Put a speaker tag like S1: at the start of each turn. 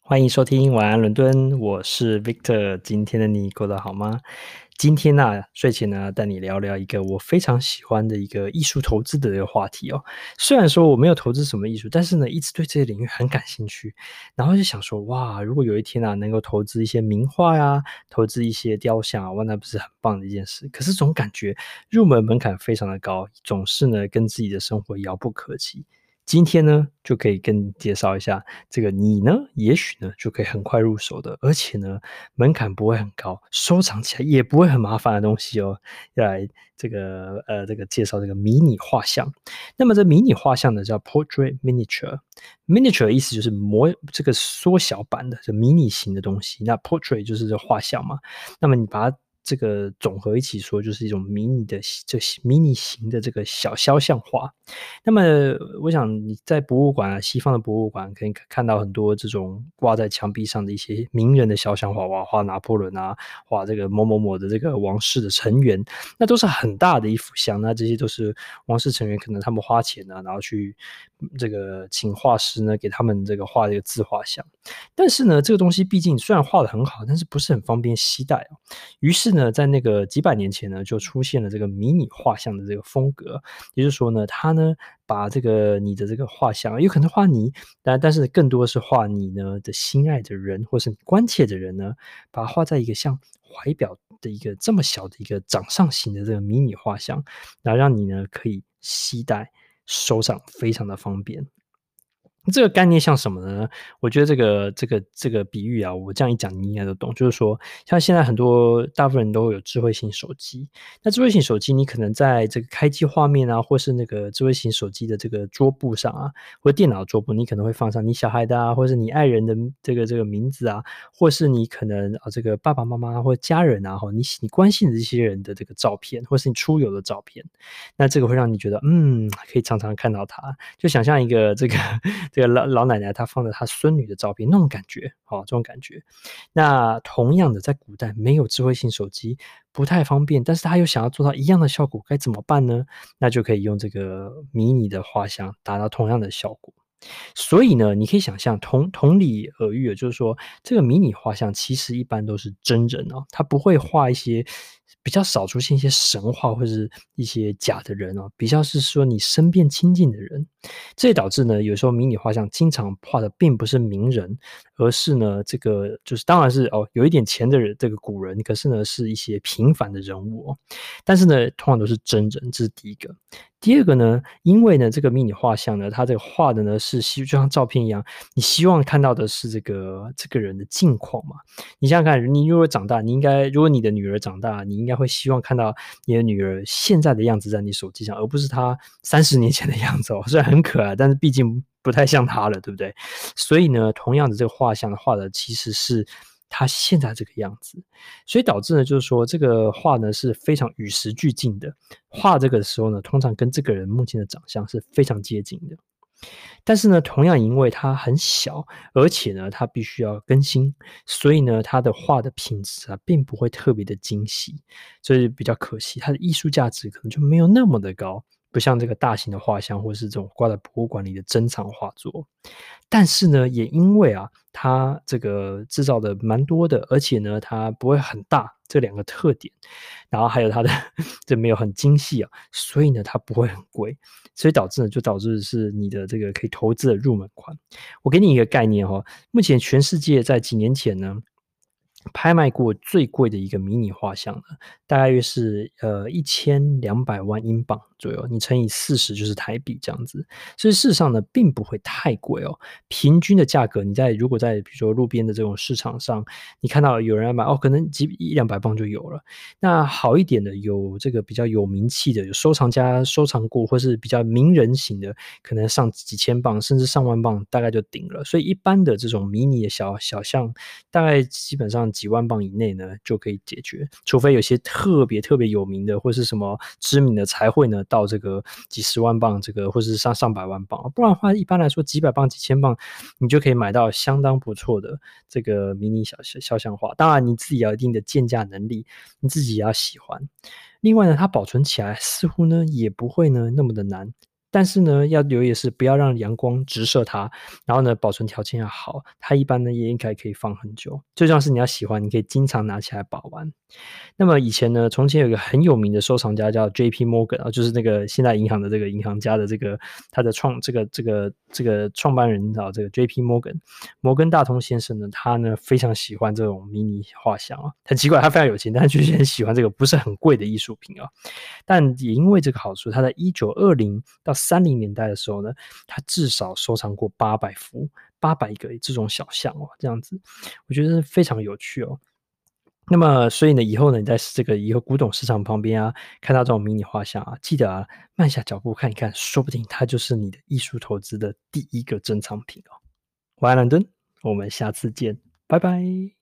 S1: 欢迎收听晚安伦敦，我是 Victor。今天的你过得好吗？今天呢、睡前呢，带你聊聊一个我非常喜欢的一个艺术投资的一个话题哦。虽然说我没有投资什么艺术，但是呢，一直对这个领域很感兴趣。然后就想说，哇，如果有一天啊，能够投资一些名画呀，投资一些雕像啊，哇，那不是很棒的一件事。可是总感觉入门门槛非常的高，总是呢跟自己的生活遥不可及。今天呢，就可以跟你介绍一下这个你呢，也许呢就可以很快入手的，而且呢门槛不会很高，收藏起来也不会很麻烦的东西哦。要来这个介绍这个迷你画像。那么这迷你画像呢叫 portrait miniature，miniature 的意思就是这个缩小版的，就迷你型的东西。那 portrait 就是这画像嘛。那么你把它这个总和一起说，就是一种迷你型的这个小肖像画。那么我想你在博物馆啊，西方的博物馆可以看到很多这种挂在墙壁上的一些名人的肖像画，哇，画拿破仑啊，画这个某某某的这个王室的成员，那都是很大的一幅像。那这些都是王室成员可能他们花钱啊，然后去这个请画师呢给他们这个画一个自画像。但是呢，这个东西毕竟虽然画得很好，但是不是很方便携带哦。于是呢，在那个几百年前呢，就出现了这个迷你画像的这个风格。也就是说呢，它呢把这个你的这个画像，有可能画你，但是更多是画你呢的心爱的人，或是你关切的人呢，把它画在一个像怀表的一个这么小的一个掌上型的这个迷你画像，然后让你呢可以携带收藏，非常的方便。这个概念像什么呢？我觉得这个比喻啊，我这样一讲你应该都懂。就是说，像现在很多大部分人都有智慧型手机，那智慧型手机你可能在这个开机画面啊，或是那个智慧型手机的这个桌布上啊，或者电脑桌布，你可能会放上你小孩的啊，或是你爱人的这个名字啊，或是你可能这个爸爸妈妈或家人啊，你关心的这些人的这个照片，或是你出游的照片，那这个会让你觉得，可以常常看到他，就想象一个这个这个老奶奶，她放着她孙女的照片，那种感觉，这种感觉。那同样的，在古代没有智慧型手机，不太方便，但是他又想要做到一样的效果，该怎么办呢？那就可以用这个迷你的画像达到同样的效果。所以呢，你可以想象同理而喻，就是说这个迷你画像其实一般都是真人哦，他不会画一些比较少出现一些神话或是一些假的人哦，比较是说你身边亲近的人。这也导致呢，有时候迷你画像经常画的并不是名人，而是呢，这个就是当然是有一点钱的人，这个古人，可是呢，是一些平凡的人物哦。但是呢，通常都是真人，这是第一个。第二个呢，因为呢，这个迷你画像呢，它这个画的呢就像照片一样，你希望看到的是这个人的近况嘛。你想想看，你如果长大，如果你的女儿长大，你应该会希望看到你的女儿现在的样子在你手机上，而不是她30年前的样子哦。虽然很可爱，但是毕竟不太像她了，对不对？所以呢，同样的这个画像画的其实是她现在这个样子。所以导致呢，就是说这个画呢是非常与时俱进的，画这个时候呢，通常跟这个人目前的长相是非常接近的。但是呢，同样因为它很小，而且呢，它必须要更新，所以呢，它的画的品质啊，并不会特别的精细，所以比较可惜，它的艺术价值可能就没有那么的高，不像这个大型的画像或是这种挂在博物馆里的珍藏画作。但是呢，也因为啊，它这个制造的蛮多的，而且呢，它不会很大，这两个特点，然后还有它的这没有很精细啊，所以呢，它不会很贵，所以导致是你的这个可以投资的入门款。我给你一个概念哦，目前全世界在几年前呢，拍卖过最贵的一个迷你画像呢，大概约是1200万英镑左右，你乘以40就是台币这样子。所以事实上呢，并不会太贵哦。平均的价格，如果在比如说路边的这种市场上，你看到有人来买可能一两百磅就有了。那好一点的，有这个比较有名气的，有收藏家收藏过，或是比较名人型的，可能上几千磅甚至上万磅，大概就顶了。所以一般的这种迷你的小像，大概基本上几万磅以内呢就可以解决，除非有些特别特别有名的，或是什么知名的才会呢到这个几十万磅，这个或是上百万磅，不然的话，一般来说几百磅、几千磅，你就可以买到相当不错的这个迷你肖像画。当然，你自己要有一定的鉴价能力，你自己也要喜欢。另外呢，它保存起来似乎呢也不会呢那么的难。 但是呢，要留意的是不要让阳光直射它，然后呢，保存条件要好，它一般呢也应该可以放很久。最重要是你要喜欢，你可以经常拿起来把玩。那么以前呢，从前有一个很有名的收藏家叫 J.P. Morgan 啊，就是那个现代银行的这个银行家的他的创办人啊，这个 J.P. Morgan 摩根大通先生呢，他呢非常喜欢这种迷你画像啊，很奇怪，他非常有钱，但是却很喜欢这个不是很贵的艺术品啊。但也因为这个好处，他在1920到30年代的时候呢，他至少收藏过800幅、800个这种小像哦，这样子，我觉得非常有趣哦。那么，所以呢，以后呢，你在这个以后古董市场旁边啊，看到这种迷你画像啊，记得啊，慢下脚步看一看，说不定它就是你的艺术投资的第一个珍藏品哦。我爱伦敦，我们下次见，拜拜。